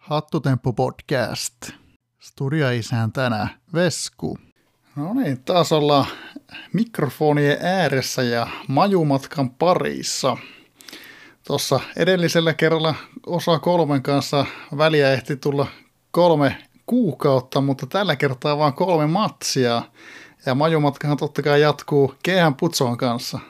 Hattutemppu podcast. Studioisäntänä Vesku. No niin, taas ollaan mikrofonien ääressä ja majumatkan parissa. Tuossa edellisellä kerralla osa 3 kanssa väliä ehti tulla 3 kuukautta, mutta tällä kertaa vaan 3 matsia. Ja majumatkahan totta kai jatkuu Kehän Putson kanssa.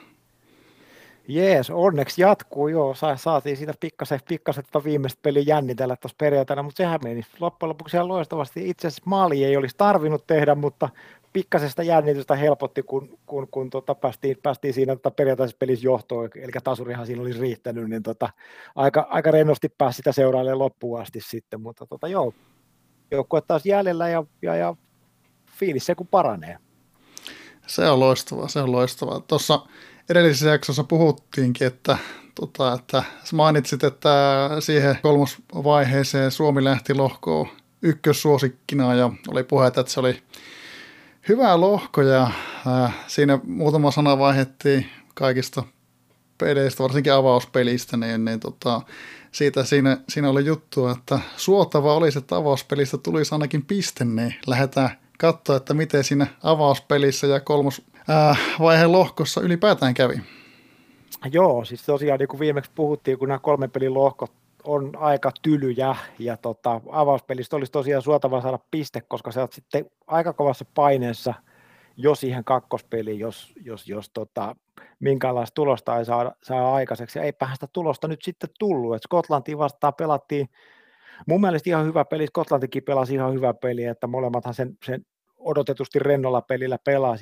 Jees, onneksi jatkuu, joo. Saatiin siitä pikkasen viimeistä peliä jännitellä tuossa perjantaina, mutta sehän meni loppujen lopuksi ihan loistavasti. Itse asiassa maali ei olisi tarvinnut tehdä, mutta pikkasesta jännitystä helpotti, kun päästiin siinä perjantaisessa pelissä johtoon, eli tasurihan siinä olisi riittänyt, niin aika rennosti pääsi sitä seurailemaan loppuun asti sitten, mutta joo, joukkue taas jäljellä ja fiilis se kun paranee. Se on loistavaa. Tuossa edellisessä jaksossa puhuttiinkin, että mainitsit, että siihen 3. vaiheeseen Suomi lähti lohkoon ykkössuosikkina ja oli puhetta, että se oli hyvä lohko ja siinä muutama sana vaihdettiin kaikista peleistä, varsinkin avauspelistä, niin siitä siinä oli juttua, että suotava olisi, että avauspelistä tulisi ainakin piste, niin lähdetään katsoa, että miten siinä avauspelissä ja 3. vaiheen lohkossa ylipäätään kävi. Joo, siis tosiaan niin kuin viimeksi puhuttiin, kun nämä 3 pelin lohkot on aika tylyjä ja avauspelistä olisi tosiaan suotava saada piste, koska sä oot sitten aika kovassa paineessa jo siihen kakkospeliin, jos minkäänlaista tulosta ei saa aikaiseksi. Ja eipähän sitä tulosta nyt sitten tullut, että Skotlantiin vastaan pelattiin mun mielestä ihan hyvä peli, Skotlantikin pelasi ihan hyvä peli, että molemmathan sen odotetusti rennolla pelillä pelasi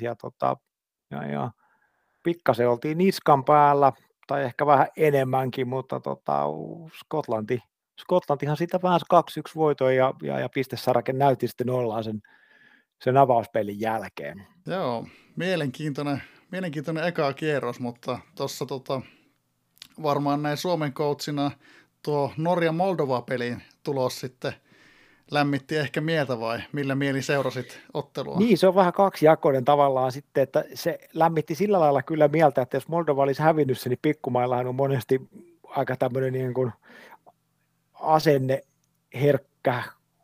ja pikkasen oltiin niskan päällä, tai ehkä vähän enemmänkin, mutta Skotlantihan sitä vähän 2-1 voitoin ja pistesarake näytti sitten ollaan sen avauspelin jälkeen. Joo, mielenkiintoinen eka kierros, mutta tuossa varmaan näin Suomen coachina tuo Norja-Moldova-pelin tulos sitten lämmitti ehkä mieltä vai millä mieli seurasit ottelua? Niin, se on vähän kaksijakoinen tavallaan sitten, että se lämmitti sillä lailla kyllä mieltä, että jos Moldova olisi hävinnyt se, niin pikkumaillahan on monesti aika tämmöinen niin kuin asenneherkkä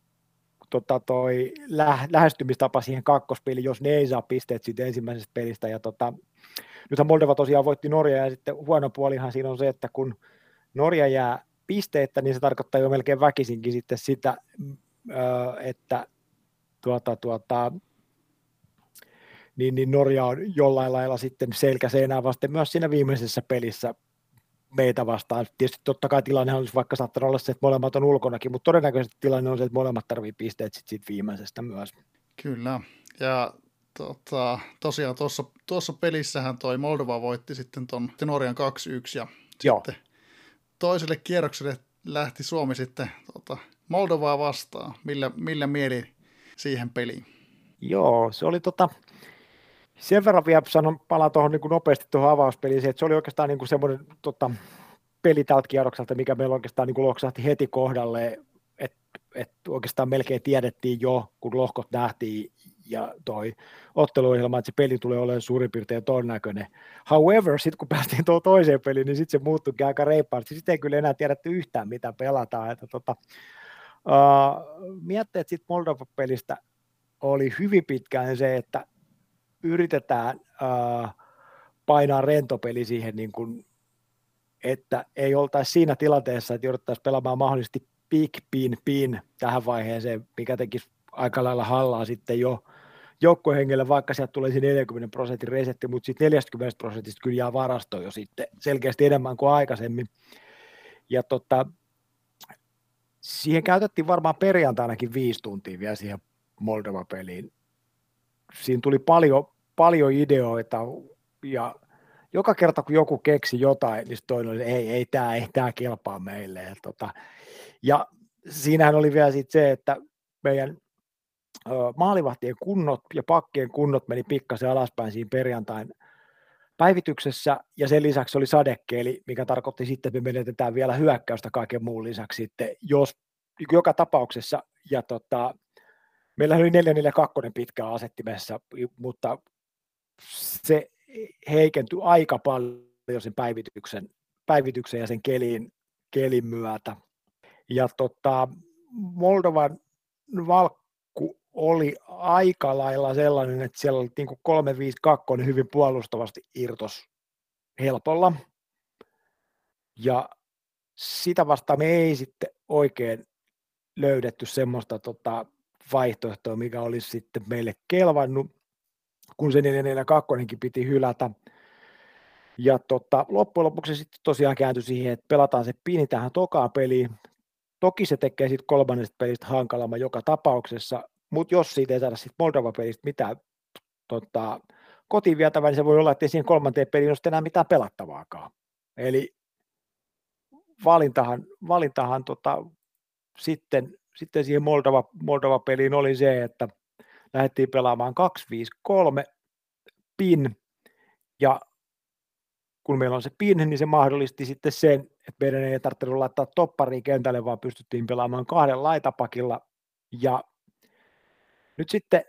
lähestymistapa siihen kakkospeliin, jos ne ei saa pisteet siitä ensimmäisestä pelistä. Ja nythän Moldova tosiaan voitti Norjaa ja sitten huono puolihan siinä on se, että kun Norja jää pisteettä, niin se tarkoittaa jo melkein väkisinkin sitten sitä, että niin Norja on jollain lailla sitten selkäseinää vasten myös siinä viimeisessä pelissä meitä vastaan. Tietysti totta kai tilanne olisi vaikka saattanut olla se, että molemmat on ulkonakin, mutta todennäköisesti tilanne on se, että molemmat tarvii pisteet sitten viimeisestä myös. Kyllä, ja tosiaan tuossa pelissähän toi Moldova voitti sitten ton Norjan 2-1 ja sitten toiselle kierrokselle lähti Suomi sitten Moldovaa vastaan. Millä mieli siihen peliin? Joo, se oli sen verran vielä palaan tuohon niin nopeasti tuohon avauspeliin, että se oli oikeastaan niin semmoinen peli tältä kierrokselta, mikä meillä oikeastaan niin loksahti heti kohdalle, että oikeastaan melkein tiedettiin jo, kun lohkot nähtiin ja toi otteluohjelma, että se peli tulee olemaan suurin piirtein ton näköinen. However, sitten kun päästiin tuohon toiseen peliin, niin sitten se muuttuikin aika reippaasti. Sitten ei kyllä enää tiedetty yhtään, mitä pelataan. Että mietteet sitten Moldova-pelistä oli hyvin pitkään se, että yritetään painaa rentopeli siihen, niin kuin, että ei oltaisi siinä tilanteessa, että jouduttaisiin pelaamaan mahdollisesti big pin tähän vaiheeseen, mikä tekisi aika lailla hallaa sitten jo joukkuehengelle, vaikka sieltä tulisi 40% resetti, mutta sitten 40% kyllä jää varastoon jo sitten selkeästi enemmän kuin aikaisemmin. Ja siihen käytettiin varmaan perjantainakin 5 tuntia vielä siihen Moldova-peliin. Siinä tuli paljon ideoita ja joka kerta kun joku keksi jotain, niin toinen oli, ei tämä kelpaa meille. Ja siinähän oli vielä sit se, että meidän maalivahtien kunnot ja pakkien kunnot meni pikkasen alaspäin siinä perjantain päivityksessä, ja sen lisäksi oli sadekeli, mikä tarkoitti sitten, että me menetetään vielä hyökkäystä kaiken muun lisäksi sitten, jos joka tapauksessa, ja meillä oli 4-4-2 pitkään asettimessa, mutta se heikentyi aika paljon sen päivityksen ja sen kelin myötä. Ja Moldovan valkku oli aika lailla sellainen, että siellä oli niin kuin 3-5-2 hyvin puolustavasti irtos helpolla. Ja sitä vastaan me ei sitten oikein löydetty semmoista vaihtoehtoa, mikä olisi sitten meille kelvannut, kun se 4-4-2 piti hylätä. Ja loppujen lopuksi sitten tosiaan kääntyi siihen, että pelataan se pini tähän tokaan peliin. Toki se tekee siitä kolmannesta pelistä hankalamman joka tapauksessa, mutta jos siitä ei saada sitten Moldova-pelistä mitään kotiin vietävää, niin se voi olla, että ei siihen kolmanteen peliin ole enää mitään pelattavaakaan. Eli valintahan sitten siihen Moldova-peliin oli se, että lähdettiin pelaamaan 2-5-3 pin, ja kun meillä on se pin, niin se mahdollisti sitten sen, että meidän ei tarvitse laittaa toppariin kentälle, vaan pystyttiin pelaamaan 2 laitapakilla, ja nyt sitten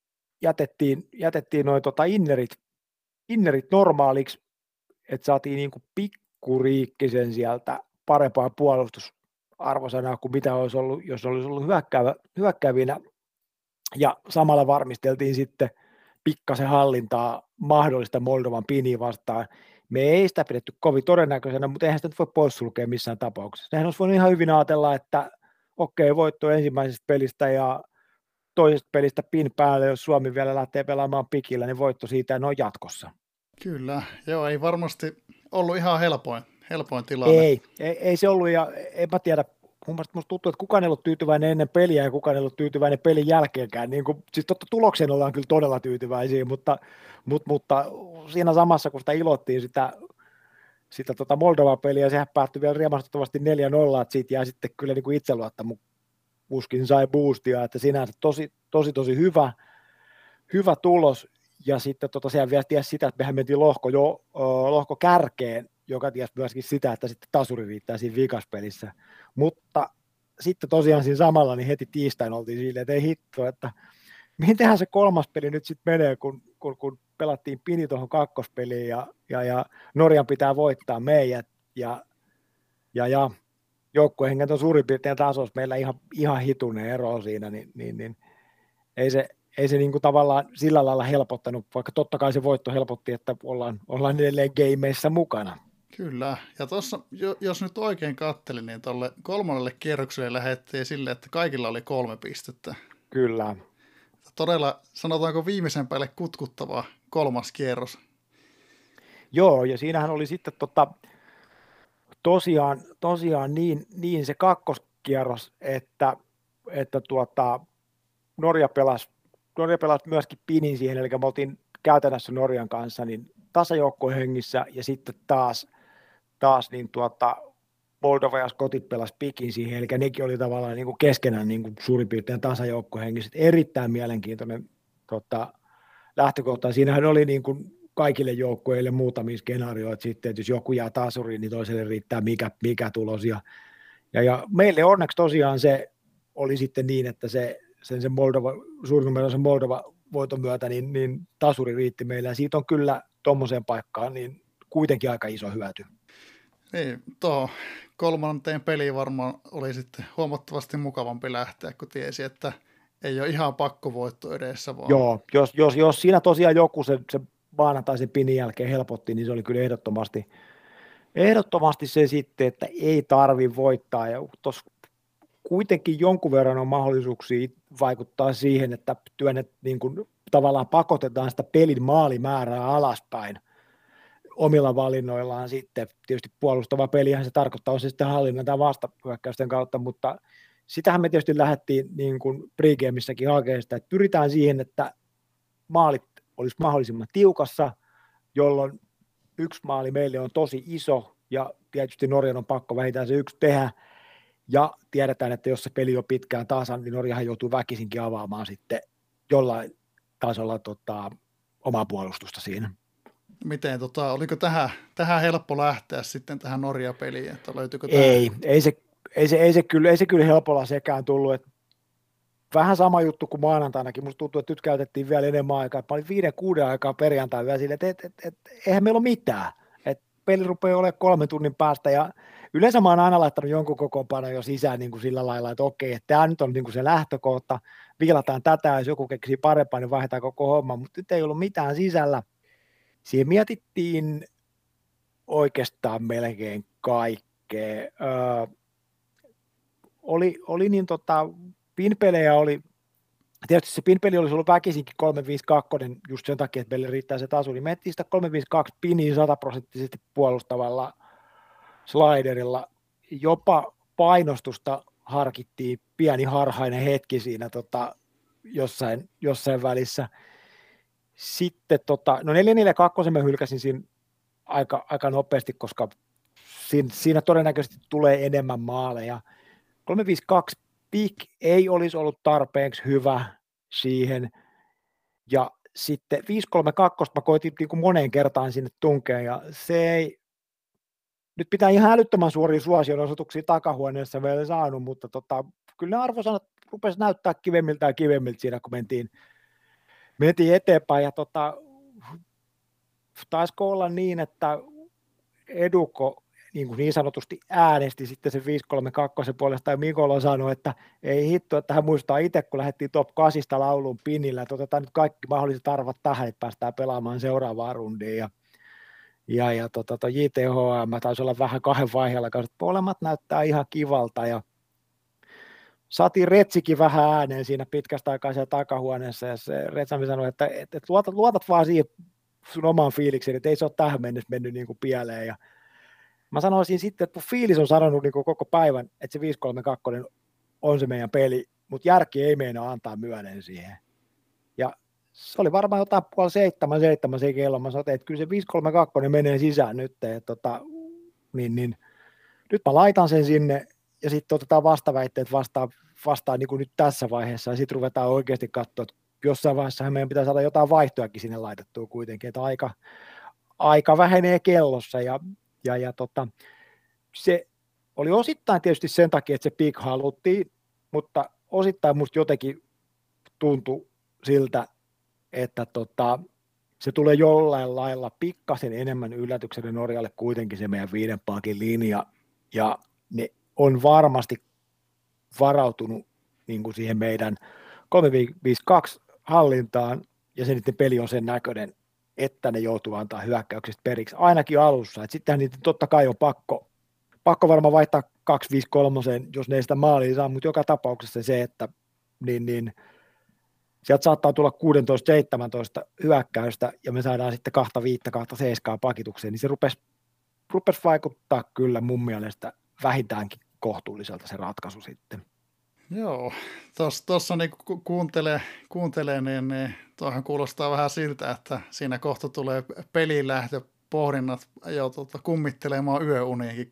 jätettiin noin innerit normaaliksi, että saatiin niin kuin pikkuriikkisen sieltä parempaa puolustusarvosanaa kuin mitä olisi ollut, jos olisi ollut hyökkäävinä, ja samalla varmisteltiin sitten pikkasen hallintaa mahdollista Moldovan piniä vastaan. Me ei sitä pidetty kovin todennäköisenä, mutta eihän sitä nyt voi poissulkea missään tapauksessa. Sehän olisi voinut ihan hyvin ajatella, että okei, voitto ensimmäisestä pelistä ja toisesta pelistä pin päälle, jos Suomi vielä lähtee pelaamaan pikillä, niin voitto siitä on jatkossa. Kyllä, joo, ei varmasti ollut ihan helpoin tilanne. Ei se ollut, ja en mä tiedä, musta tuntuu, että kukaan ei ollut tyytyväinen ennen peliä ja kukaan ei ollut tyytyväinen pelin jälkeenkään. Niin kuin, siis tulokseen ollaan kyllä todella tyytyväisiä, mutta siinä samassa, kun sitä ilottiin sitä Moldova-peliä, sehän päättyi vielä riemastuttavasti 4-0, että siitä jää sitten kyllä niin kuin itseluottamuskin sai boostia, että sinänsä tosi hyvä tulos, ja sitten sehän vielä tiesi sitä, että mehän mentiin lohko kärkeen, joka tiesi myöskin sitä, että sitten tasuri riittää siinä vikaspelissä, mutta sitten tosiaan siinä samalla niin heti tiistain oltiin silleen, että ei hitto, että mitenhän se kolmas peli nyt sitten menee, kun pelattiin pini tuohon kakkospeliin ja Norjan pitää voittaa meidät ja joukkuehenget on suurin piirtein tasossa meillä ihan hitunen ero siinä, niin ei se niin kuin tavallaan sillä lailla helpottanut, vaikka totta kai se voitto helpotti, että ollaan edelleen gameissa mukana. Kyllä, ja tuossa, jos nyt oikein kattelin, niin tuolle kolmannelle kierrokselle lähdettiin silleen, että kaikilla oli 3 pistettä. Kyllä. Todella, sanotaanko viimeisen päälle kutkuttava 3. kierros. Joo, ja siinähän oli sitten tosiaan niin se kakkoskierros, että Norja pelasi myöskin pinin siihen, eli me oltiin käytännössä Norjan kanssa niin tasajoukkohengissä, ja sitten taas niin Moldova ja Skotit pelasi pikin siihen, eli nekin oli tavallaan niin kuin keskenään niin kuin suurin piirtein tasajoukkohengissä. Erittäin mielenkiintoinen lähtökohta. Siinähän oli niin kuin kaikille joukkueille muutamia skenaarioita sitten, että jos joku jää tasuriin, niin toiselle riittää mikä tulos. Ja meille onneksi tosiaan se oli sitten niin, että se Moldova, suurnumeroisen Moldova-voiton myötä, niin tasuri riitti meillä. Ja siitä on kyllä tuommoiseen paikkaan niin kuitenkin aika iso hyöty. Niin, tuohon kolmanteen peliin varmaan oli sitten huomattavasti mukavampi lähteä, kun tiesi, että ei ole ihan pakkovoitto edessä. Vaan... Joo, jos siinä tosiaan joku se maanantaisen pinin jälkeen helpotti, niin se oli kyllä ehdottomasti se sitten, että ei tarvi voittaa. Ja tuossa kuitenkin jonkun verran on mahdollisuuksia vaikuttaa siihen, että työnnet niin kuin tavallaan pakotetaan sitä pelin maalimäärää alaspäin omilla valinnoillaan sitten. Tietysti puolustava pelihän se tarkoittaa, on se sitten hallinnan tai vastahyökkäysten kautta, mutta sitähän me tietysti lähdettiin niin kuin pregameissäkin hakemaan sitä, että pyritään siihen, että maalit olisi mahdollisimman tiukassa, jolloin yksi maali meille on tosi iso, ja tietysti Norjan on pakko vähintään se yksi tehdä, ja tiedetään, että jos se peli on pitkään tasan, niin Norjahan joutuu väkisinkin avaamaan sitten jollain tasolla omaa puolustusta siinä. Miten, oliko tähän helppo lähteä sitten tähän Norja-peliin, että löytyykö ei se kyllä helpolla sekään tullut, että vähän sama juttu kuin maanantainakin, musta tuntuu, että nyt käytettiin vielä enemmän aikaa, mä olin 5-6 aikaa perjantai vielä silleen, että eihän meillä ole mitään, että peli rupeaa olemaan 3 tunnin päästä, ja yleensä mä oon aina laittanut jonkun kokoonpanon jo sisään niin kuin sillä lailla, että okei, että tämä nyt on niin kuin se lähtökohta, viilataan tätä, jos joku keksii parempaa, niin vaihdetaan koko homma, mutta nyt ei ollut mitään sisällä. Siihen mietittiin oikeastaan melkein kaikkea. Oli niin pinpelejä oli, tietysti se pinpeli olisi ollut väkisinkin 352, just sen takia, että meille riittää se tasu, niin mentiin sitä 352 piniin 100% puolustavalla sliderilla, jopa painostusta harkittiin, pieni harhainen hetki siinä jossain välissä. Sitten no 442 mä hylkäsin siinä aika nopeasti, koska siinä todennäköisesti tulee enemmän maaleja. 352 pick ei olisi ollut tarpeeksi hyvä siihen, ja sitten 532 mä koitin niin kuin moneen kertaan sinne tunkeen, ja se ei, nyt pitää ihan älyttömän suoria suosionosoituksia takahuoneessa vielä saanut, mutta kyllä ne arvosanat rupesi näyttää kivemmiltä ja kivemmiltä siinä, kun mentiin eteenpäin, ja taisiko olla niin, että Eduko niin sanotusti äänesti sitten se 532 puolesta, ja Mikola sanoi, että ei hitto, että hän muistaa itse, kun lähdettiin top 8 laulun pinillä, että otetaan nyt kaikki mahdolliset arvot tähän, että päästään pelaamaan seuraavaan rundiin, ja JTHM taisi olla vähän 2 vaiheella, koska molemmat näyttää ihan kivalta, ja saatiin Retsikin vähän ääneen siinä pitkästä aikaa siellä takahuoneessa, ja se Retsami sanoi, että luotat vaan siihen sun omaan fiilikseen, että ei se ole tähän mennessä mennyt niin kuin pieleen, ja mä sanoisin sitten, että fiilis on sanonut niin kuin koko päivän, että se 532 on se meidän peli, mutta järki ei meinaa antaa myöden siihen. Ja se oli varmaan jotain 6:30 se kello. Mä sanoin, että kyllä se 532 menee sisään nyt. Niin, nyt mä laitan sen sinne ja sitten otetaan vastaväitteet vastaan niin kuin nyt tässä vaiheessa. Ja sitten ruvetaan oikeasti katsoa, että jossain vaiheessa meidän pitää saada jotain vaihtoakin sinne laitettua kuitenkin, että aika vähenee kellossa. Ja se oli osittain tietysti sen takia, että se pick haluttiin, mutta osittain musta jotenkin tuntui siltä, että se tulee jollain lailla pikkasen enemmän yllätykselle Norjalle kuitenkin se meidän 5 pakin linja, ja ne on varmasti varautunut niin kuin siihen meidän 352 hallintaan, ja se niiden peli on sen näköinen, että ne joutuu antaa hyökkäyksestä periksi, ainakin alussa. Sittenhän niitä totta kai on pakko varmaan vaihtaa 253, jos ne ei sitä maalia saa, mutta joka tapauksessa se, että niin sieltä saattaa tulla 16-17 hyökkäystä, ja me saadaan sitten 2-5-2-7 pakitukseen, niin se rupesi vaikuttaa kyllä mun mielestä vähintäänkin kohtuulliselta se ratkaisu sitten. Joo, tuossa niin kuuntelee, niin tuohan kuulostaa vähän siltä, että siinä kohta tulee pelilähtö pohdinnat jo kummittelemaan yöuniinkin.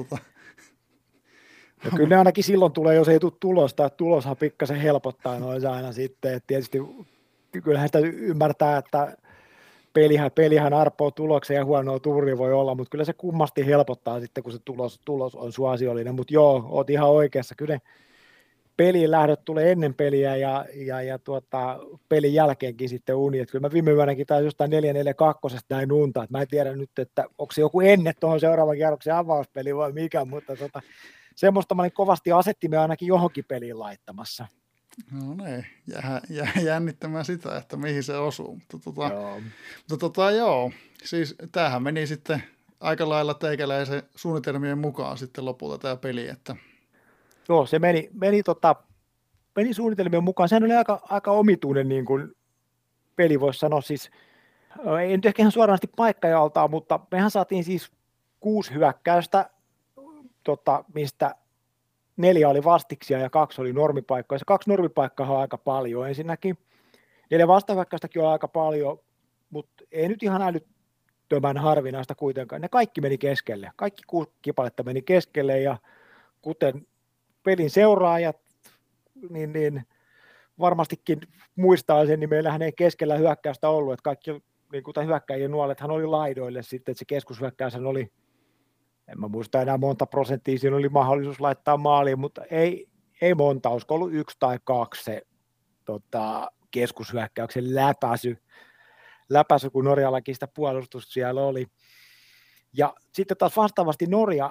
Ja kyllä ne ainakin silloin tulee, jos ei tule tulosta, että tuloshan pikkasen helpottaa noin aina sitten, että tietysti kyllähän sitä ymmärtää, että pelihän arpoo tuloksen ja huonoa tuuri voi olla, mutta kyllä se kummasti helpottaa sitten, kun se tulos on suosiollinen, mutta joo, oot ihan oikeassa, kyllä ne pelin lähdöt tulee ennen peliä ja pelin jälkeenkin sitten uni, että kyllä mä viime yönäkin taisi jostain 4-4-2 näin unta, että mä en tiedä nyt, että onko se joku ennen tuohon seuraavan kierroksen avauspeli vai mikä, mutta semmoista mä olin kovasti asettimme ainakin johonkin peliin laittamassa. No niin, jää jännittämään sitä, että mihin se osuu. Mutta joo, siis tämähän meni sitten aika lailla teikäläisen suunnitelmien mukaan sitten lopulta tämä peli, että joo, se meni suunnitelmien mukaan. Sehän oli aika omituinen niin kuin peli, voisi sanoa siis, ei nyt ehkä ihan suoranaisesti paikkajaltaa, mutta mehän saatiin siis 6 hyökkäystä, mistä 4 oli vastiksia ja 2 oli normipaikkoja. Se 2 normipaikkaa on aika paljon ensinnäkin. 4 vastahyökkäystäkin on aika paljon, mutta ei nyt ihan älyttömän harvinaista kuitenkaan. Ne kaikki meni keskelle. Kaikki 6 kipaletta meni keskelle, ja kuten pelin seuraajat niin varmastikin muistaa sen, niin meillähän ei keskellä hyökkäystä ollut, että kaikki niin kuten hyökkäjien nuolethan oli laidoille sitten, että se keskushyökkäyshän oli, en mä muista enää monta prosenttia, siinä oli mahdollisuus laittaa maaliin, mutta ei monta, olisiko ollut 1 tai 2 se keskushyökkäyksen läpäisy, kun Norjallakin sitä puolustusta siellä oli. Ja sitten taas vastaavasti Norja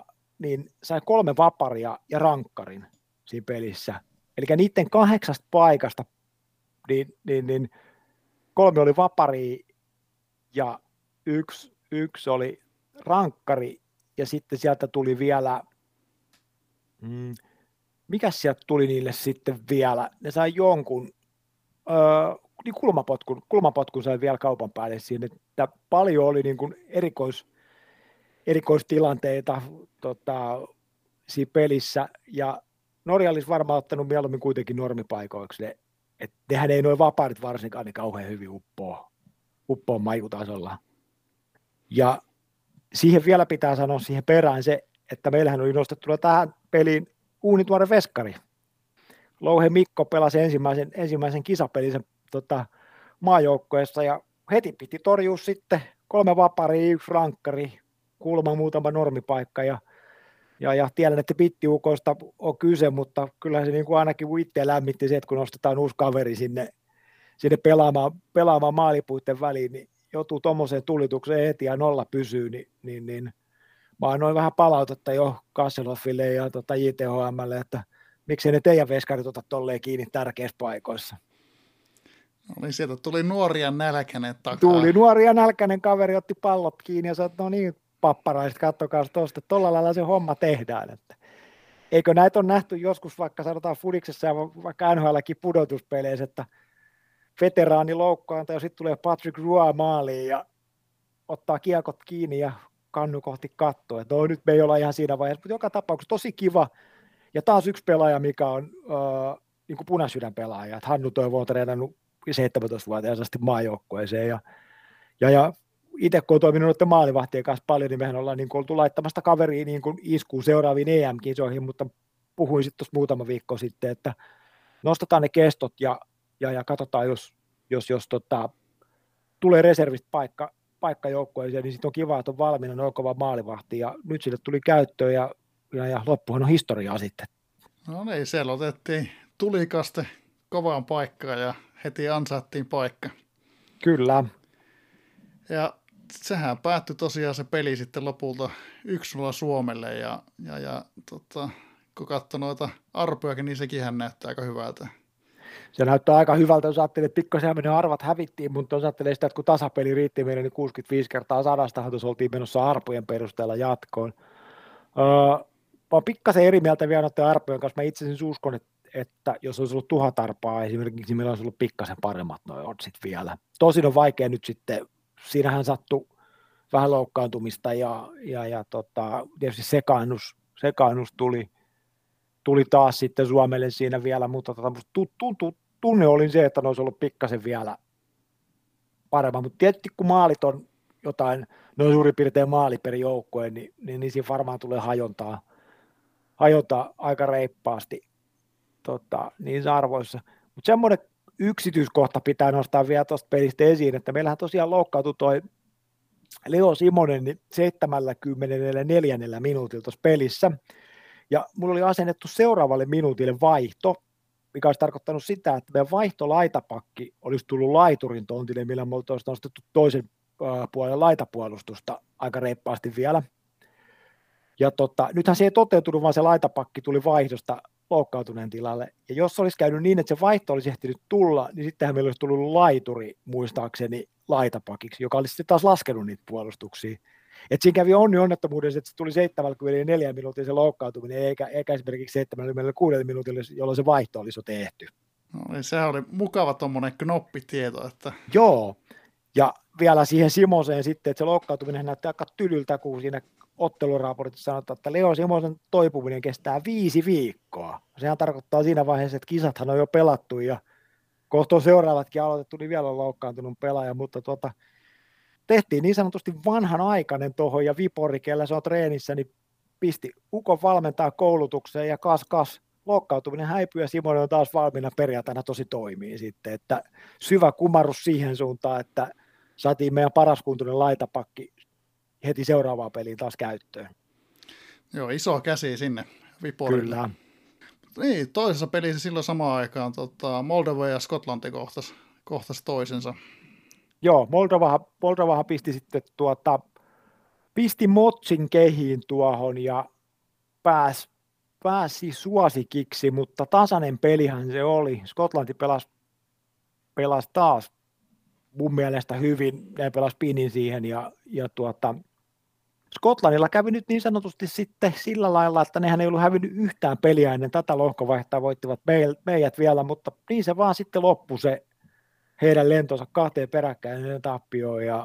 niin sai 3 vaparia ja rankkarin siinä pelissä. Eli niiden 8 paikasta niin 3 oli vapari ja yksi oli rankkari, ja sitten sieltä tuli vielä, mikäs sieltä tuli niille sitten vielä, ne sai jonkun, niin kulmapotkun sai vielä kaupan päälle siinä, että paljon oli niin kuin erikoistilanteita siinä pelissä, ja Norja olisi varmaan ottanut mieluummin kuitenkin normipaikoiksi ne, että nehän ei noin vapaarit varsinkaan niin kauhean hyvin uppoa majutasolla. Ja siihen vielä pitää sanoa siihen perään se, että meillähän oli nostettuna tähän peliin uunituore veskari. Louhe Mikko pelasi ensimmäisen kisapelisen maajoukkueessa ja heti piti torjua sitten 3 vaparia, 1 rankkari, kulma muutama normipaikka ja tiedän, että pittiukoista on kyse, mutta kyllähän se niin kuin ainakin itse lämmitti se, että kun nostetaan uusi kaveri sinne pelaamaan maalipuitten väliin, niin joutuu tuommoiseen tulitukseen heti ja nolla pysyy, niin mä annoin vähän palautetta jo Kasseloffille ja JTHMlle, että miksei ne teidän veskarit ota tolleen kiinni tärkeissä paikoissa. No niin, sieltä tuli nuoria nälkäinen takaa. Tuli nuoria nälkäinen kaveri, otti pallot kiinni ja sanoi, että no niin, papparaiset, kattokaa tuosta, että tuolla lailla se homma tehdään. Että eikö näitä on nähty joskus vaikka sanotaan Fudiksessa ja vaikka NHL:kin pudotuspeleissä, että veteraani loukkaantaa ja sitten tulee Patrick Roy maaliin ja ottaa kiekot kiinni ja kannu kohti kattoa. Että no, nyt me ei olla ihan siinä vaiheessa, mutta joka tapauksessa tosi kiva. Ja taas yksi pelaaja, mikä on niin kuin punaisydän pelaaja. Että Hannu Toivo on treenannut 17-vuotiaana asti maajoukkueeseen. Ja itse kun on toiminut noiden maalivahtien kanssa paljon, niin mehän ollaan niin kuin oltu laittamasta kaveriin niin kuin iskuun seuraaviin EM-kisoihin, mutta puhuin sitten tuossa muutama viikko sitten, että nostetaan ne kestot ja katsotaan, jos tulee reservistä paikka joukkueeseen, niin sitten on kiva, että on valmiina noin kova maalivahti, ja nyt sille tuli käyttöön, ja loppuhan on historiaa sitten. No niin, siellä otettiin tulikaste kovaan paikkaan, ja heti ansaittiin paikka. Kyllä. Ja sehän päättyi tosiaan se peli sitten lopulta 1-0 Suomelle, ja kun katsoi noita arpojakin, niin sekinhän näyttää aika hyvältä. Se näyttää aika hyvältä, jos ajattelee, että pikkasen menee arvat hävittiin, mutta jos ajattelee sitä, että kun tasapeli riitti meille, niin 65 kertaa 100, tuossa oltiin menossa arpojen perusteella jatkoon. Mä oon pikkasen eri mieltä vielä noiden arpojen kanssa. Mä itse asiassa uskon, että jos olisi ollut 1000 arpaa esimerkiksi, niin meillä olisi ollut pikkasen paremmat noi oddsit vielä. Tosin on vaikea nyt sitten, siinähän sattui vähän loukkaantumista ja tietysti sekaannus tuli taas sitten Suomelle siinä vielä, mutta tunne oli se, että ne olisi ollut pikkasen vielä paremmin, mutta tietysti kun maalit on jotain, noin suurin piirtein maali per joukkue, niin siinä varmaan tulee hajontaa aika reippaasti niissä arvoissa, mutta semmoinen yksityiskohta pitää nostaa vielä tuosta pelistä esiin, että meillähän tosiaan loukkautui toi Leo Simonen 74. minuutilla tuossa pelissä, ja mulla oli asennettu seuraavalle minuutille vaihto, mikä olisi tarkoittanut sitä, että meidän vaihtolaitapakki olisi tullut laiturin tontille, millä me olisi nostettu toisen puolen laitapuolustusta aika reippaasti vielä. Ja nythän se ei toteutunut, vaan se laitapakki tuli vaihdosta loukkaantuneen tilalle. Ja jos olisi käynyt niin, että se vaihto olisi ehtinyt tulla, niin sittenhän meillä olisi tullut laituri muistaakseni laitapakiksi, joka olisi sitten taas laskenut niitä puolustuksia. Että siinä kävi onnettomuudessa, että se tuli 74 minuuttia se loukkaantuminen, eikä esimerkiksi 76 minuutilla, jolloin se vaihto olisi jo tehty. No niin, sehän oli mukava tuommoinen knoppitieto. Että... Joo, ja vielä siihen Simoseen sitten, että se loukkaantuminen näyttää aika tylyltä, kun siinä otteluraportissa sanotaan, että Leo Simosen toipuminen kestää 5 viikkoa. Sehän tarkoittaa siinä vaiheessa, että kisathan on jo pelattu ja kohta on seuraavatkin aloitettu, niin vielä on loukkaantunut pelaaja, mutta tehtiin niin sanotusti vanhanaikainen tuohon, ja Vipori, kellä se on treenissä, niin pisti ukon valmentaa koulutukseen, ja kas, loukkaantuminen häipyy, ja Simonen on taas valmiina perjantaina tosi toimii sitten, että syvä kumarrus siihen suuntaan, että saatiin meidän paraskuntuinen laitapakki heti seuraavaan peliin taas käyttöön. Joo, iso käsi sinne Viporille. Kyllä. Niin, toisessa pelissä silloin samaan aikaan Moldova ja Skotlanti kohtas toisensa. Joo, Moldovahan pisti sitten pisti Motsin kehiin tuohon, ja pääsi suosikiksi, mutta tasainen pelihän se oli. Skotlanti pelasi taas mun mielestä hyvin, ne pelasi pinin siihen ja Skotlannilla kävi nyt niin sanotusti sitten sillä lailla, että nehän ei ollut hävinnyt yhtään peliä ennen tätä lohkovaihtaa, voittivat meidät vielä, mutta niin se vaan sitten loppui se heidän lentonsa 2 peräkkäin tappioon ja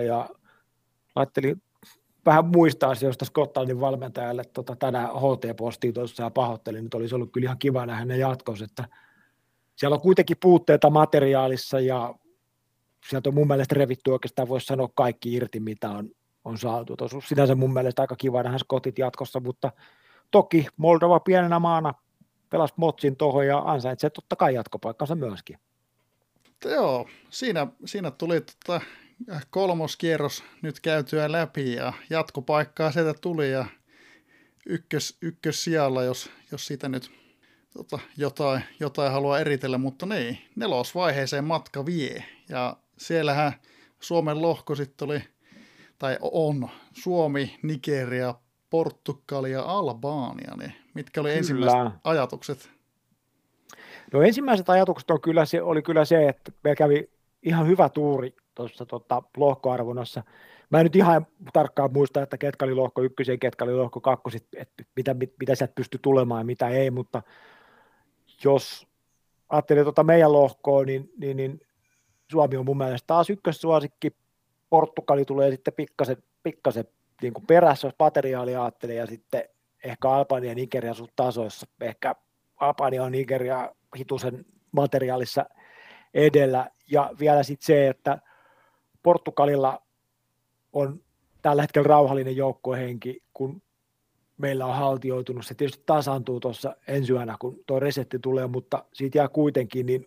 ajattelin vähän muistaa asioista Skotlannin valmentajalle tänään HT-postiin tuossa ja pahoittelin, nyt olisi ollut kyllä ihan kiva nähdä ne jatkossa, että siellä on kuitenkin puutteita materiaalissa ja sieltä on mun mielestä revitty oikeastaan, voisi sanoa kaikki irti, mitä on saatu. Tuossa on sinänsä mun mielestä aika kiva nähdä Skotit jatkossa, mutta toki Moldova pienenä maana pelasi Motsin tuohon ja ansaitsee totta kai jatkopaikkansa myöskin. Joo, siinä tuli kolmoskierros nyt käytyä läpi ja jatkopaikkaa sieltä tuli ja ykkössijalla, jos siitä nyt jotain haluaa eritellä, mutta niin, 4. vaiheeseen matka vie ja siellähän Suomen lohko sitten oli, tai on Suomi, Nigeria, Portugali ja Albania, niin mitkä oli ensimmäiset ajatukset? No ensimmäiset ajatukset oli kyllä se, että me kävi ihan hyvä tuuri tuossa lohkoarvonnassa. Mä en nyt ihan tarkkaan muista, että ketkä oli lohko 1 ja ketkä oli lohko 2, että mitä sieltä pystyi tulemaan ja mitä ei, mutta jos ajattelee meidän lohkoa, niin Suomi on mun mielestä taas ykkössuosikki, Portugali tulee sitten pikkasen niin kuin perässä, jos materiaalia ajattelee, ja sitten ehkä Albania ja Nigeria suht tasoissa, ehkä Albania ja Nigeria hitusen materiaalissa edellä, ja vielä sitten se, että Portugalilla on tällä hetkellä rauhallinen joukkuehenki, kun meillä on haltioitunut, se tietysti tasaantuu tuossa ensi yönä, kun tuo resetti tulee, mutta siitä jää kuitenkin, niin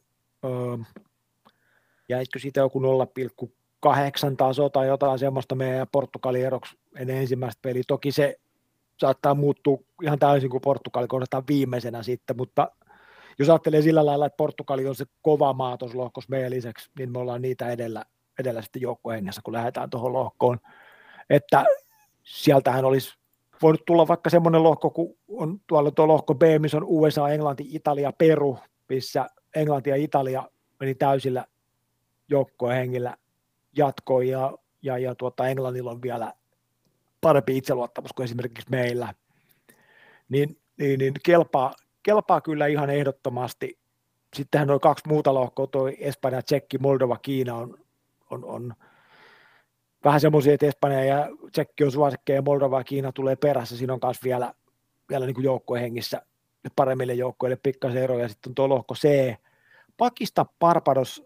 jäitkö siitä joku 0,8 taso tai jotain semmoista meidän ja Portugalin eroksi ennen ensimmäistä peliä. Toki se saattaa muuttua ihan täysin, kun Portugali kohdataan viimeisenä sitten, mutta jos ajattelee sillä lailla, että Portugali on se kova maa tuossa lohkossa meidän lisäksi, niin me ollaan niitä edellä sitten joukkuehengessä, kun lähdetään tuohon lohkoon. Että sieltähän olisi voinut tulla vaikka semmoinen lohko, kun on tuolla tuo lohko B, missä on USA, Englanti, Italia, Peru, missä Englanti ja Italia meni täysillä joukkuehengillä jatkoon, ja Englannilla on vielä parempi itseluottamus kuin esimerkiksi meillä. Niin kelpaa kyllä ihan ehdottomasti. Sittenhän nuo 2 muuta lohkoa, toi Espanja, Tsekki, Moldova, Kiina on vähän semmoisia, että Espanja ja Tsekki on suosikkeja ja Moldova ja Kiina tulee perässä. Siinä on myös vielä niin kuin joukkuehengissä paremmille joukkueille pikkasen eroja. Sitten on tuo lohko C. Pakistan, Barbados,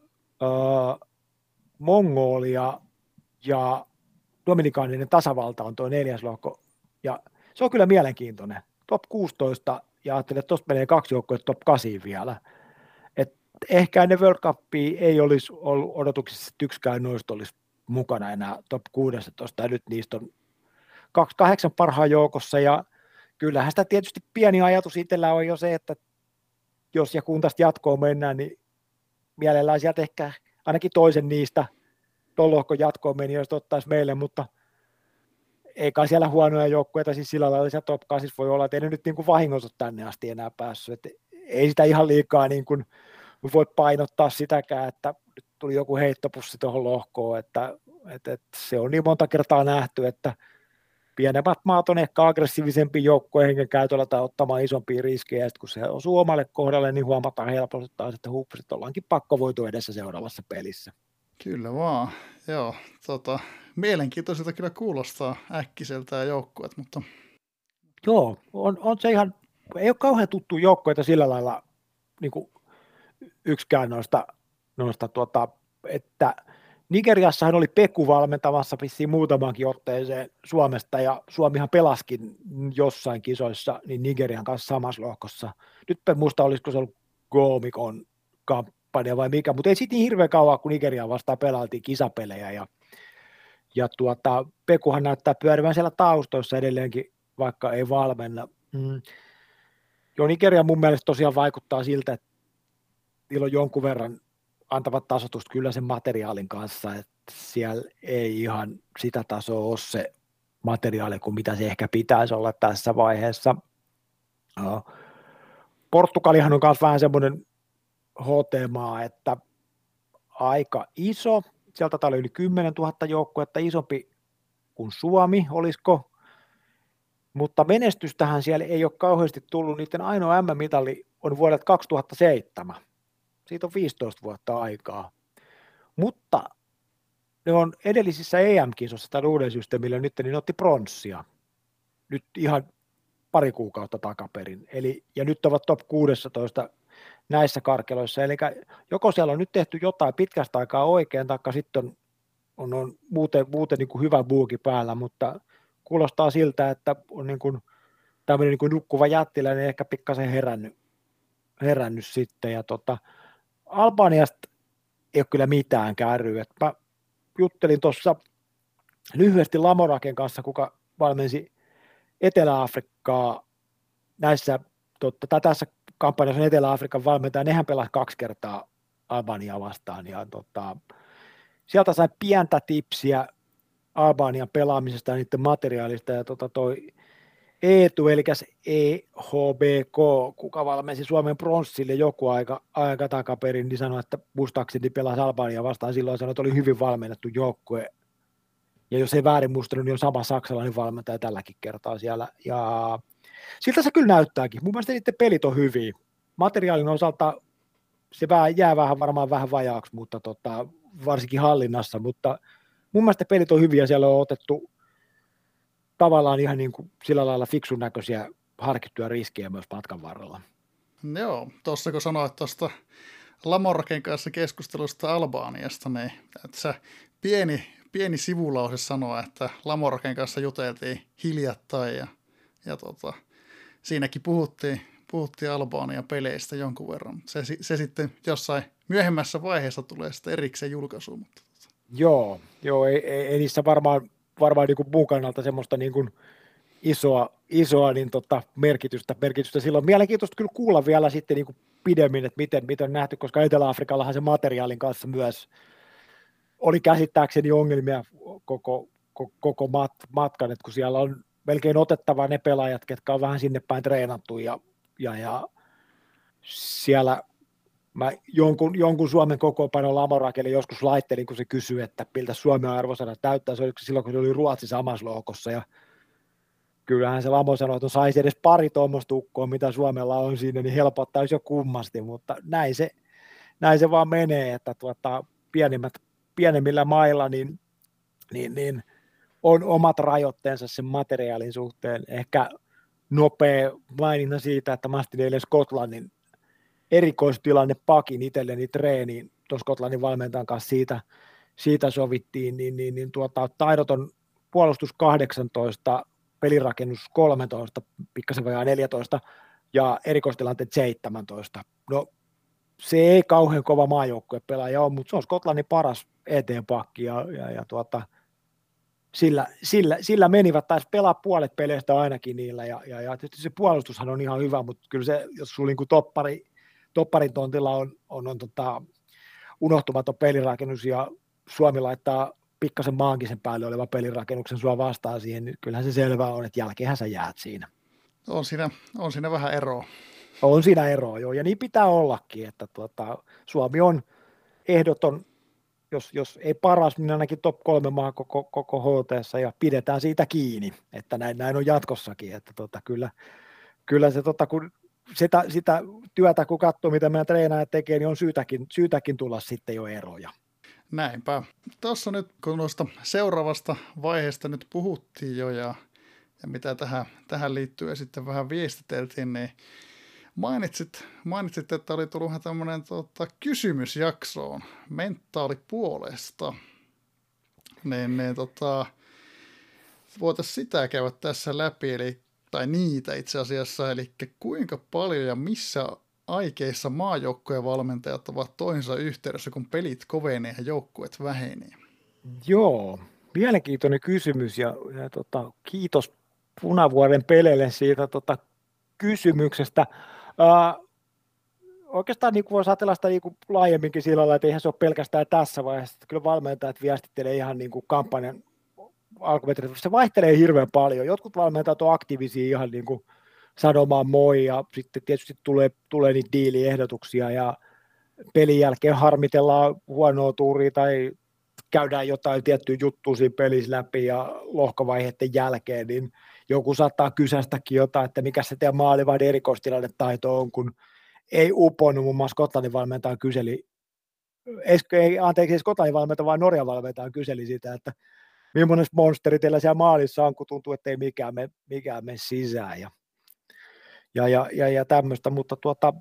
Mongolia ja Dominikaaninen tasavalta on tuo 4. lohko. Ja se on kyllä mielenkiintoinen. Top 16 ja ajattelin, että tuosta menee 2 joukkoa top 8 vielä. Et ehkä ennen World Cupia ei olisi ollut odotuksissa, että yksikään noista olisi mukana enää top 16, ja nyt niistä on 28 parhaan joukossa, ja kyllähän sitä tietysti pieni ajatus itsellä on jo se, että jos ja kun tästä jatkoon mennään, niin mielellään sieltä ehkä ainakin toisen niistä tuon lohkon jatkoon meni, jos ottaisi meille, mutta ei kai siellä huonoja joukkueita, siis sillä lailla siellä top 8 voi olla, että ei ne nyt niin kuin vahingossa tänne asti enää päässyt, että ei sitä ihan liikaa niin kuin voi painottaa sitäkään, että nyt tuli joku heittopussi tuohon lohkoon, että se on niin monta kertaa nähty, että pienemmät maat on ehkä aggressiivisempi joukkojen hengen käytöllä tai ottamaan isompia riskejä, ja sitten kun se osuu omalle kohdalle, niin huomataan helposti taas, että huppusit ollaankin pakkovoitu edessä seuraavassa pelissä. Kyllä vaan, joo. Mielenkiintoiselta kyllä kuulostaa äkkiseltä ja joukkueet, mutta... Joo, on se ihan, ei ole kauhean tuttu joukkoita sillä lailla niin kuin yksikään noista että Nigeriassahan oli Peku valmentamassa vissiin muutamankin otteeseen Suomesta, ja Suomihan pelaskin jossain kisoissa niin Nigerian kanssa samassa lohkossa. Nyt en muista, olisiko se ollut Goomikon kampanja vai mikä, mutta ei sitten niin hirveän kauan, kun Nigerian vastaan pelailtiin kisapelejä, ja Pekuhan näyttää pyörivän siellä taustoissa edelleenkin, vaikka ei valmenna. Joo, Nigeria mun mielestä tosiaan vaikuttaa siltä, että niillä on jonkun verran antavat tasoitusta kyllä sen materiaalin kanssa, että siellä ei ihan sitä tasoa ole se materiaalia kuin mitä se ehkä pitäisi olla tässä vaiheessa. Portugalihan on myös vähän semmoinen HT-maa, että aika iso. Sieltä oli yli 10 000 joukkuetta, isompi kuin Suomi, olisiko? Mutta menestystähän siellä ei ole kauheasti tullut. Niiden ainoa M-mitali on vuodelta 2007. Siitä on 15 vuotta aikaa. Mutta ne on edellisissä EM-kisossa tai uuden systeemillä nyt, niin ne otti pronssia. Nyt ihan pari kuukautta takaperin. Ja nyt ovat top 16 näissä karkeloissa. Eli joko siellä on nyt tehty jotain pitkästä aikaa oikein, taikka sitten on muuten niin kuin hyvä buuki päällä, mutta kuulostaa siltä, että on niin kuin tämmöinen niin kuin nukkuva jättiläinen ehkä pikkasen herännyt sitten. Ja Albaniasta ei ole kyllä mitään kärryä. Mä juttelin tuossa lyhyesti Lamoraken kanssa, kuka valmensi Etelä-Afrikkaa tässä kampanjassa Etelä-Afrikan valmentaja, nehän pelasi 2 kertaa Albaniaa vastaan, ja sieltä sai pientä tipsiä Albanian pelaamisesta ja niiden materiaalista, ja toi Eetu, eli EHBK, kuka valmensi Suomen pronssille joku aika takaperin, niin sanoi, että muistaakseni pelasi Albania vastaan, silloin sanoi, että oli hyvin valmennettu joukkue, ja jos ei väärin muistanut, niin on sama saksalainen valmentaja tälläkin kertaa siellä, ja siltä se kyllä näyttääkin. Mun mielestä niiden pelit on hyviä. Materiaalin osalta se jää varmaan vähän vajaaksi, mutta varsinkin hallinnassa, mutta mun mielestä pelit on hyviä, siellä on otettu tavallaan ihan niin kuin sillä lailla fiksun näköisiä harkittuja riskejä myös matkan varrella. Joo, tuossa kun sanoit tuosta Lamoraken kanssa keskustelusta Albaniasta, niin että se pieni sivulause sanoo, että Lamoraken kanssa juteltiin hiljattain ja siinäkin puhuttiin Albanian peleistä jonkun verran. Se sitten jossain myöhemmässä vaiheessa tulee sitten erikseen julkaisuun. Mutta Joo, ei niissä varmaan niin kuin muun kannalta semmoista niin kuin isoa niin merkitystä. Silloin mielenkiintoista kyllä kuulla vielä sitten niin kuin pidemmin, että miten on nähty, koska Etelä-Afrikallahan se materiaalin kanssa myös oli käsittääkseni ongelmia koko matkan, että kun siellä on melkein otettava ne pelaajat, ketkä on vähän sinne päin treenattu ja siellä mä jonkun Suomen kokoonpanon Lamorakelle joskus laittelin, kun se kysyi, että miltä Suomen arvosanat täyttää, se oli silloin, kun se oli Ruotsi samassa lohkossa, ja kyllähän se Lamo sanoi, että saisi edes pari tuommoista ukkoa, mitä Suomella on siinä, niin helpottaisi jo kummasti, mutta näin se vaan menee, että pienemmillä mailla niin on omat rajoitteensa sen materiaalin suhteen. Ehkä nopea maininta siitä, että mä astin eilen Skotlannin erikoistilanne pakin itselleni treeniin, tuon Skotlannin valmentajan kanssa siitä sovittiin, niin taidoton puolustus 18, pelirakennus 13, pikkasen vajaa 14 ja erikoistilanteet 17. No se ei kauhean kova maajoukkuepelaaja ole, mutta se on Skotlannin paras ET-pakki ja sillä menivät, taisi pelaa puolet peleistä ainakin niillä, ja tietysti se puolustushan on ihan hyvä, mutta kyllä se, jos sulla niin kuin topparin tontilla on unohtumaton pelirakennus, ja Suomi laittaa pikkasen maagisen päälle oleva pelirakennuksen sua vastaan siihen, niin kyllähän se selvää on, että jälkeenhän sä jäät siinä. On siinä vähän eroa. On siinä eroa, joo, ja niin pitää ollakin, että Suomi on ehdoton, jos ei paras, niin ainakin top 3 maa koko HT:ssä, ja pidetään siitä kiinni, että näin on jatkossakin, että kyllä se kun sitä työtä, kun katsoo, mitä meidän treenaajat tekee, niin on syytäkin tulla sitten jo eroja. Näinpä. Tuossa nyt, kun noista seuraavasta vaiheesta nyt puhuttiin jo, ja mitä tähän liittyy ja sitten vähän viestiteltiin, niin mainitsit, että oli tullut vähän tämmöinen kysymys jaksoon mentaalipuolesta. Voitaisiin sitä käydä tässä läpi, tai niitä itse asiassa, eli kuinka paljon ja missä aikeissa maajoukkojen valmentajat ovat toisensa yhteydessä, kun pelit kovenee ja joukkueet vähenee? Joo, mielenkiintoinen kysymys, ja kiitos Punavuoren peleille siitä kysymyksestä. Oikeastaan niin voisi ajatella sitä niin laajemminkin sillä lailla, että eihän se ole pelkästään tässä vaiheessa, että kyllä valmentajat viestittelee ihan niin kuin kampanjan alkumetrit, se vaihtelee hirveän paljon. Jotkut valmentajat on aktiivisia ihan niin kuin sanomaan moi, ja sitten tietysti tulee niitä diiliehdotuksia, ja pelin jälkeen harmitellaan huonoa tuuria, tai käydään jotain tiettyä juttua siinä pelissä läpi, ja lohkovaiheiden jälkeen, niin joku saattaa kysästäkin jotain, että mikä se teidän maalivahdin erikoistilannetaito on, kun ei uponnut, muun muassa Skotlannin valmentaja kyseli, ei Skotlannin valmentaja, vaan Norjan valmentaja kyseli sitä, että millainen monsteri teillä siellä maalissa on, kun tuntuu, että ei mikään mene sisään ja tämmöistä, mutta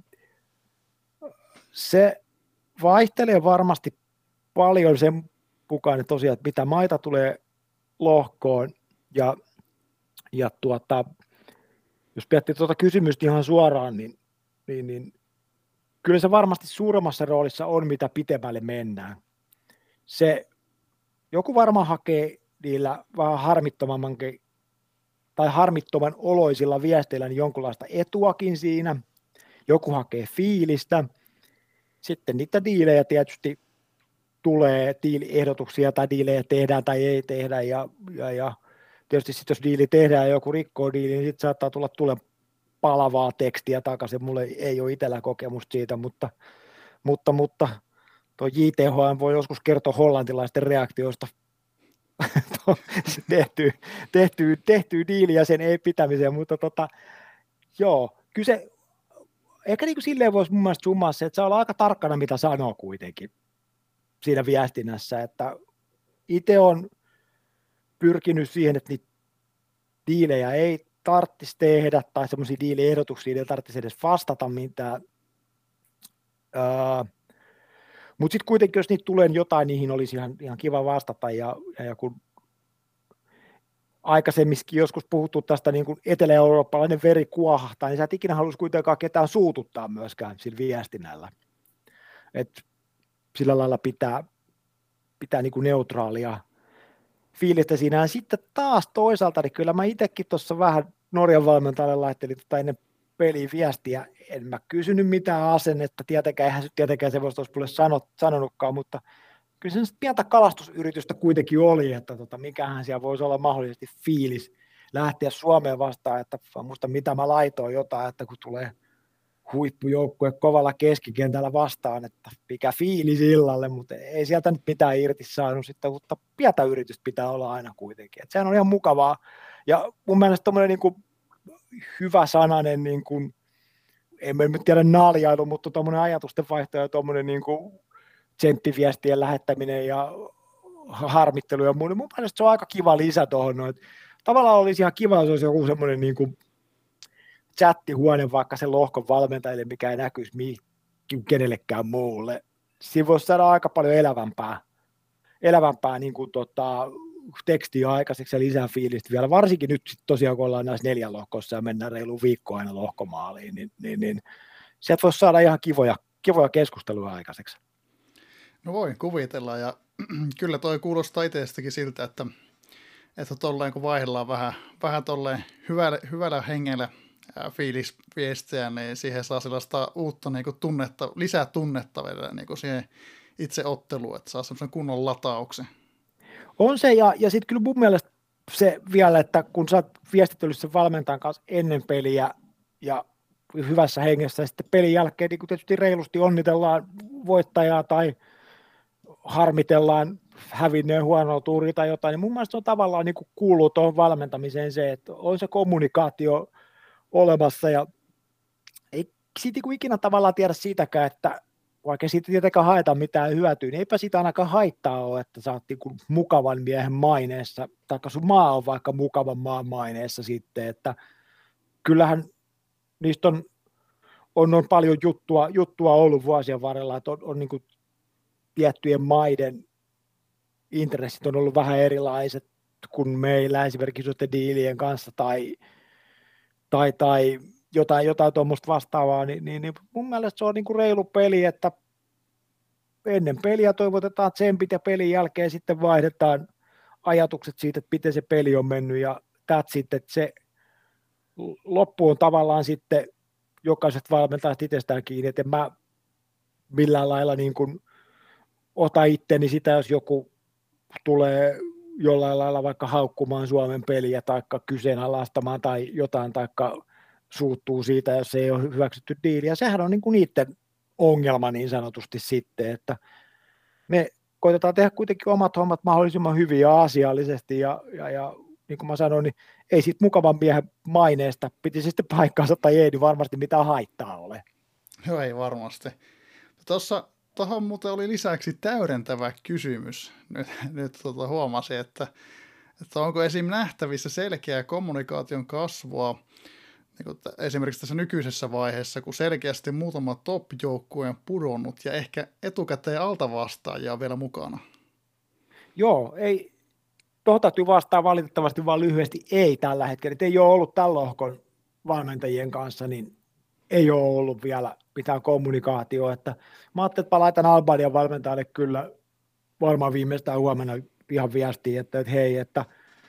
se vaihtelee varmasti paljon sen mukaan, että tosiaan, että mitä maita tulee lohkoon ja jos miettii tuota kysymystä ihan suoraan, niin kyllä se varmasti suuremmassa roolissa on, mitä pitemmälle mennään. Se joku varmaan hakee niillä vähän harmittomammankin tai harmittoman oloisilla viesteillä niin jonkunlaista etuakin siinä. Joku hakee fiilistä. Sitten niitä diilejä tietysti tulee, diiliehdotuksia tai diilejä tehdään tai ei tehdä. Ja tietysti sitten jos diili tehdään ja joku rikkoo diili, niin sitten saattaa tulla palavaa tekstiä takaisin. Mulla ei ole itsellä kokemusta siitä, mutta tuo JTH voi joskus kertoa hollantilaisten reaktioista tehtyy diiliä sen ei pitämiseen, mutta joo, kyllä se, ehkä niin kuin silleen voisi mun mielestä summaa se, että saa olla aika tarkkana, mitä sanoo kuitenkin siinä viestinnässä, että itse on pyrkinyt siihen, että niitä diilejä ei tarvitsisi tehdä, tai semmoisia diiliehdotuksia ei tarvitsisi edes vastata mitään, mutta sitten kuitenkin, jos niitä tulee jotain, niihin olisi ihan kiva vastata, ja kun aikaisemminkin joskus puhuttu tästä niin kuin etelä-eurooppalainen veri kuohahtaa, niin sä et ikinä haluaisi kuitenkaan ketään suututtaa myöskään sillä viestinnällä. Et sillä lailla pitää niin kuin neutraalia fiilistä siinä. Ja sitten taas toisaalta, niin kyllä mä itsekin tuossa vähän Norjan valmentajalle laittelin ennen peliä viestiä. En mä kysynyt mitään asennetta, tietenkään se voisi mulle sanonutkaan, mutta kyllä se pientä kalastusyritystä kuitenkin oli, että mikähän siellä voisi olla mahdollisesti fiilis lähteä Suomeen vastaan, että muista mitä mä laitoin jotain, että kun tulee huippujoukkue kovalla keskikentällä vastaan, että mikä fiilis illalle, mutta ei sieltä nyt mitään irti saanut sitten, mutta pientä yritystä pitää olla aina kuitenkin, että sehän on ihan mukavaa, ja mun mielestä tommoinen niin kuin hyvä sananen, niin kuin, en mä nyt tiedä naljailu, mutta tommoinen ajatusten vaihto ja tommoinen niin kuin tsemppiviestien lähettäminen ja harmittelu ja muu, niin mun mielestä se on aika kiva lisä tuohon. Tavallaan olisi ihan kiva, jos olisi joku semmoinen niin kuin chattihuone vaikka sen lohkon valmentajille, mikä ei näkyisi kenellekään muulle. Siinä voisi saada aika paljon elävämpää niin kuin tekstiä aikaiseksi ja lisää fiilistä vielä, varsinkin nyt sit tosiaan, kun ollaan näissä 4 lohkossa ja mennään reilu viikko aina lohkomaaliin, niin sieltä voisi saada ihan kivoja keskusteluja aikaiseksi. No voi kuvitella, ja kyllä toi kuulostaa itsestäkin siltä, että tolleen kun vaihdellaan vähän tolleen hyvällä hengellä fiilisviestejä, niin siihen saa sellaista uutta niin kuin lisää tunnetta vielä niin kuin siihen itse otteluun, että saa semmoisen kunnon latauksen. On se, ja sitten kyllä mun mielestä se vielä, että kun sä oot viestitellyt sen valmentajan kanssa ennen peliä ja hyvässä hengessä, ja sitten pelin jälkeen niin tietysti reilusti onnitellaan voittajaa tai harmitellaan hävinneen huonoa tuuria tai jotain, niin mun mielestä se on tavallaan niin kuin kuuluu tuohon valmentamiseen se, että on se kommunikaatio olemassa, ja ei siitä ikinä tavallaan tiedä siitäkään, että vaikka siitä tietenkään haeta mitään hyötyä, niin eipä siitä ainakaan haittaa ole, että sä oot niin kuin mukavan miehen maineessa, tai sun maa on vaikka mukavan maan maineessa sitten, että kyllähän niistä on paljon juttua ollut vuosien varrella, että on niin kuin tiettyjen maiden intressit on ollut vähän erilaiset kuin meillä esimerkiksi diilien kanssa tai jotain tuommoista vastaavaa, niin mun mielestä se on niin kuin reilu peli, että ennen peliä toivotetaan tsempit ja pelin jälkeen sitten vaihdetaan ajatukset siitä, että miten se peli on mennyt ja that's it, että se loppu on tavallaan sitten jokaiset valmentajat itsestään kiinni, että en mä millään lailla niin kuin ota itteni sitä, jos joku tulee jollain lailla vaikka haukkumaan Suomen peliä tai kyseenalaistamaan tai jotain, tai suuttuu siitä, jos ei ole hyväksytty diiliä. Sehän on niin kuin niiden ongelma niin sanotusti sitten, että me koitetaan tehdä kuitenkin omat hommat mahdollisimman hyvin ja asiallisesti, ja niin kuin mä sanoin, niin ei siitä mukavan miehen maineesta, piti sitten paikkaansa tai ei, niin varmasti mitään haittaa ole. Joo, ei varmasti. Tuohon muuten oli lisäksi täydentävä kysymys. Nyt huomasin, että onko esim. Nähtävissä selkeää kommunikaation kasvua niin esimerkiksi tässä nykyisessä vaiheessa, kun selkeästi muutama top-joukkue on pudonnut ja ehkä etukäteen altavastaajia on vielä mukana? Joo, ei. Tuohon täytyy vastaa valitettavasti vaan lyhyesti ei tällä hetkellä. Et ei ole ollut tämän lohkon valmentajien kanssa, niin ei ole ollut vielä mitään kommunikaatioa. Että mä ajattelin, että mä laitan Albanian valmentajalle kyllä varmaan viimeistään huomenna ihan viestiin, että hei, että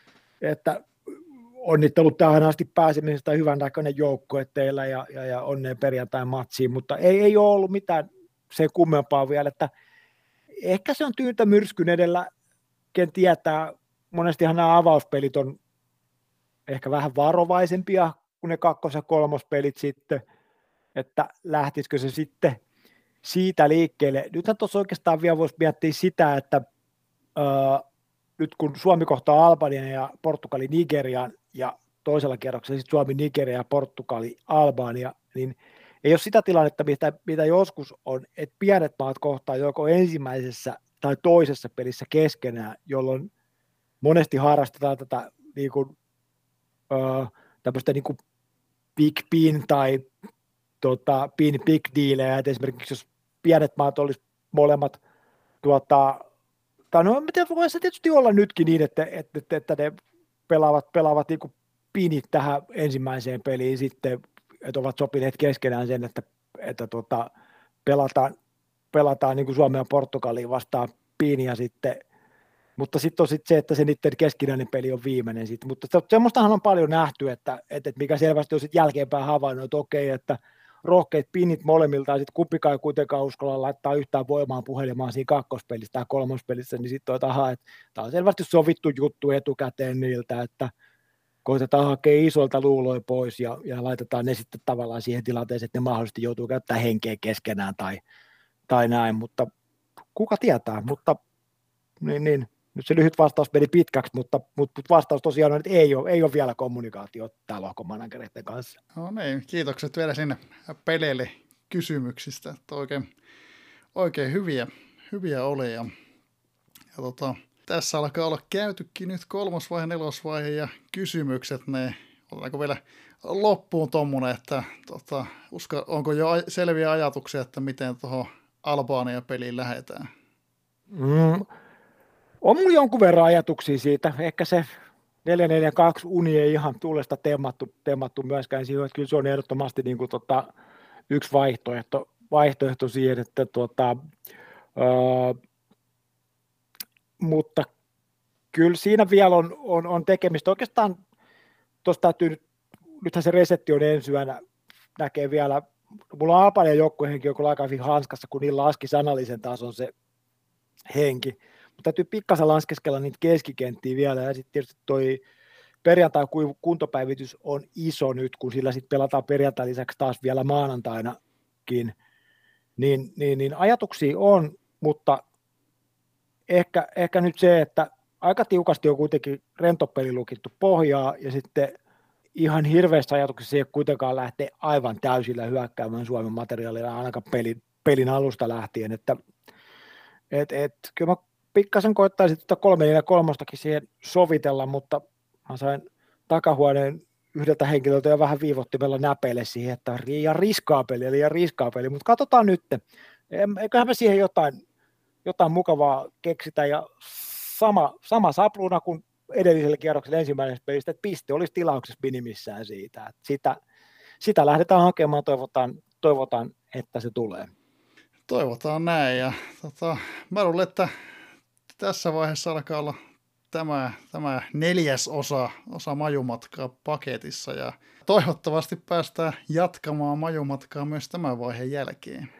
onnittelut tähän asti pääsemisestä, hyvän näköinen joukkue teillä ja onneen perjantain matsiin, mutta ei ole ollut mitään sen kummempaa vielä, että ehkä se on tyyntä myrskyn edellä, ken tietää, monestihan nämä avauspelit on ehkä vähän varovaisempia kuin ne 2- ja 3-pelit sitten, että lähtisikö se sitten siitä liikkeelle. Nythän tuossa oikeastaan vielä voisi miettiä sitä, että nyt kun Suomi kohtaa Albanian ja Portugali Nigerian ja toisella kierroksella sitten Suomi Nigeria ja Portugali Albania, niin ei ole sitä tilannetta, mitä joskus on, että pienet maat kohtaa joko ensimmäisessä tai toisessa pelissä keskenään, jolloin monesti harrastetaan tätä niin kuin, tämmöistä niin kuin big pin tai pin big dealeja, että esimerkiksi jos pienet maat olisi molemmat tai no en tiedä, voi se tietysti olla nytkin niin, että ne pelaavat niin kuin pinit tähän ensimmäiseen peliin sitten, että ovat sopineet keskenään sen, että pelataan niin kuin Suomea ja Portugaliin vastaan piiniä sitten, mutta sitten on sitten se, että se niiden keskinäinen peli on viimeinen sitten, mutta semmoistahan on paljon nähty, että mikä selvästi on sitten jälkeenpäin havainnut, että okei, että rohkeat pinnit molemmilta, ja sitten kumpikaan ei kuitenkaan uskalla laittaa yhtään voimaa puhelemaan siinä 2-pelissä tai 3-pelissä, niin sitten että tämä on selvästi sovittu juttu etukäteen niiltä, että koitetaan hakea isolta luuloja pois ja laitetaan ne sitten tavallaan siihen tilanteeseen, että ne mahdollisesti joutuu käyttämään henkeä keskenään tai näin, mutta kuka tietää, mutta niin. Nyt se lyhyt vastaus meni pitkäksi, mutta vastaus tosiaan on, että ei ole vielä kommunikaatio täällä lohkomanagereiden kanssa. No niin, kiitokset vielä sinne peleille kysymyksistä, että oikein hyviä oli. Ja tässä alkaa olla käytykin nyt 3. vaihe, 4. vaihe ja kysymykset, ne otetaanko vielä loppuun tommonen, että onko jo selviä ajatuksia, että miten tuohon Albania-peliin lähdetään? On mun jonkun verran ajatuksia siitä. Ehkä se 4-4-2 uni ei ihan tuulesta temmattu myöskään siihen, että kyllä se on ehdottomasti niin kuin yksi vaihtoehto siihen, että mutta kyllä siinä vielä on tekemistä. Oikeastaan tuossa täytyy nythän se resetti on ensi yönä, näkee vielä, mulla on Albanian joukkuehenki, joka on aika hyvin hanskassa, kun niillä laski sanallisen tason se henki. Mutta täytyy pikkasen laskeskella niitä keskikenttiä vielä, ja sitten tietysti toi perjantai-kuntopäivitys on iso nyt, kun sillä sitten pelataan perjantai lisäksi taas vielä maanantainakin, niin ajatuksia on, mutta ehkä nyt se, että aika tiukasti on kuitenkin rentopeli lukittu pohjaa, ja sitten ihan hirveässä ajatuksessa ei ole kuitenkaan lähteä aivan täysillä hyökkäämään Suomen materiaalilla ainakaan pelin alusta lähtien, että kyllä mä pikkasen koettaisin 3-4-3 siihen sovitella, mutta mä sain takahuoneen yhdeltä henkilöltä jo vähän viivottimella näpeille siihen, että on liian riskaa peli, mutta katsotaan nyt. Eiköhän me siihen jotain mukavaa keksitä, ja sama sapluuna kuin edellisellä kierroksella ensimmäisestä pelistä, että piste olisi tilauksessa minimissään siitä. Että sitä lähdetään hakemaan, toivotaan, että se tulee. Toivotaan näin, ja mä luulen, että tässä vaiheessa alkaa olla tämä 4. osa majumatkaa paketissa, ja toivottavasti päästään jatkamaan majumatkaa myös tämän vaiheen jälkeen.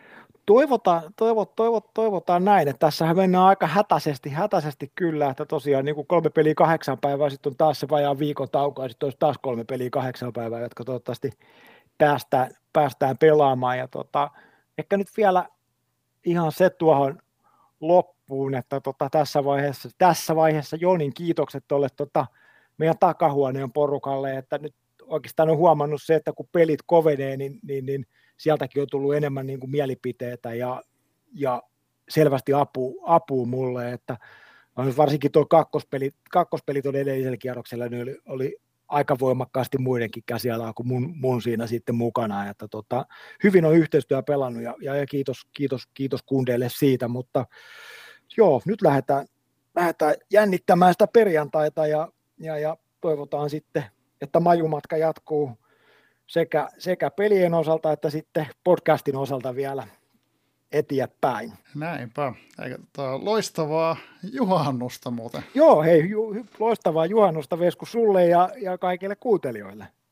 Toivotaan näin, että tässähän mennään aika hätäisesti kyllä, että tosiaan niin kuin 3 peliä 8 päivää, sitten on taas se vajaan viikon tauko, ja sitten olisi taas 3 peliä 8 päivää, jotka toivottavasti päästään pelaamaan, ja ehkä nyt vielä ihan se tuohon loppuun, että tässä vaiheessa Jonin kiitokset tuolle meidän takahuoneen porukalle, että nyt oikeastaan on huomannut se, että kun pelit kovenee, niin sieltäkin on tullut enemmän niin kuin mielipiteitä ja selvästi apua mulle, että varsinkin tuo kakkospelit on edellisellä kierroksella, niin oli aika voimakkaasti muidenkin käsialaa kuin mun siinä sitten mukana, että hyvin on yhteistyö pelannut ja kiitos kundeille siitä, mutta joo, nyt lähdetään jännittämään sitä perjantaita ja toivotaan sitten, että majumatka jatkuu sekä pelien osalta että sitten podcastin osalta vielä eteenpäin. Näinpä. Loistavaa juhannusta muuten. Joo, hei, loistavaa juhannusta Vesku sulle ja kaikille kuuntelijoille.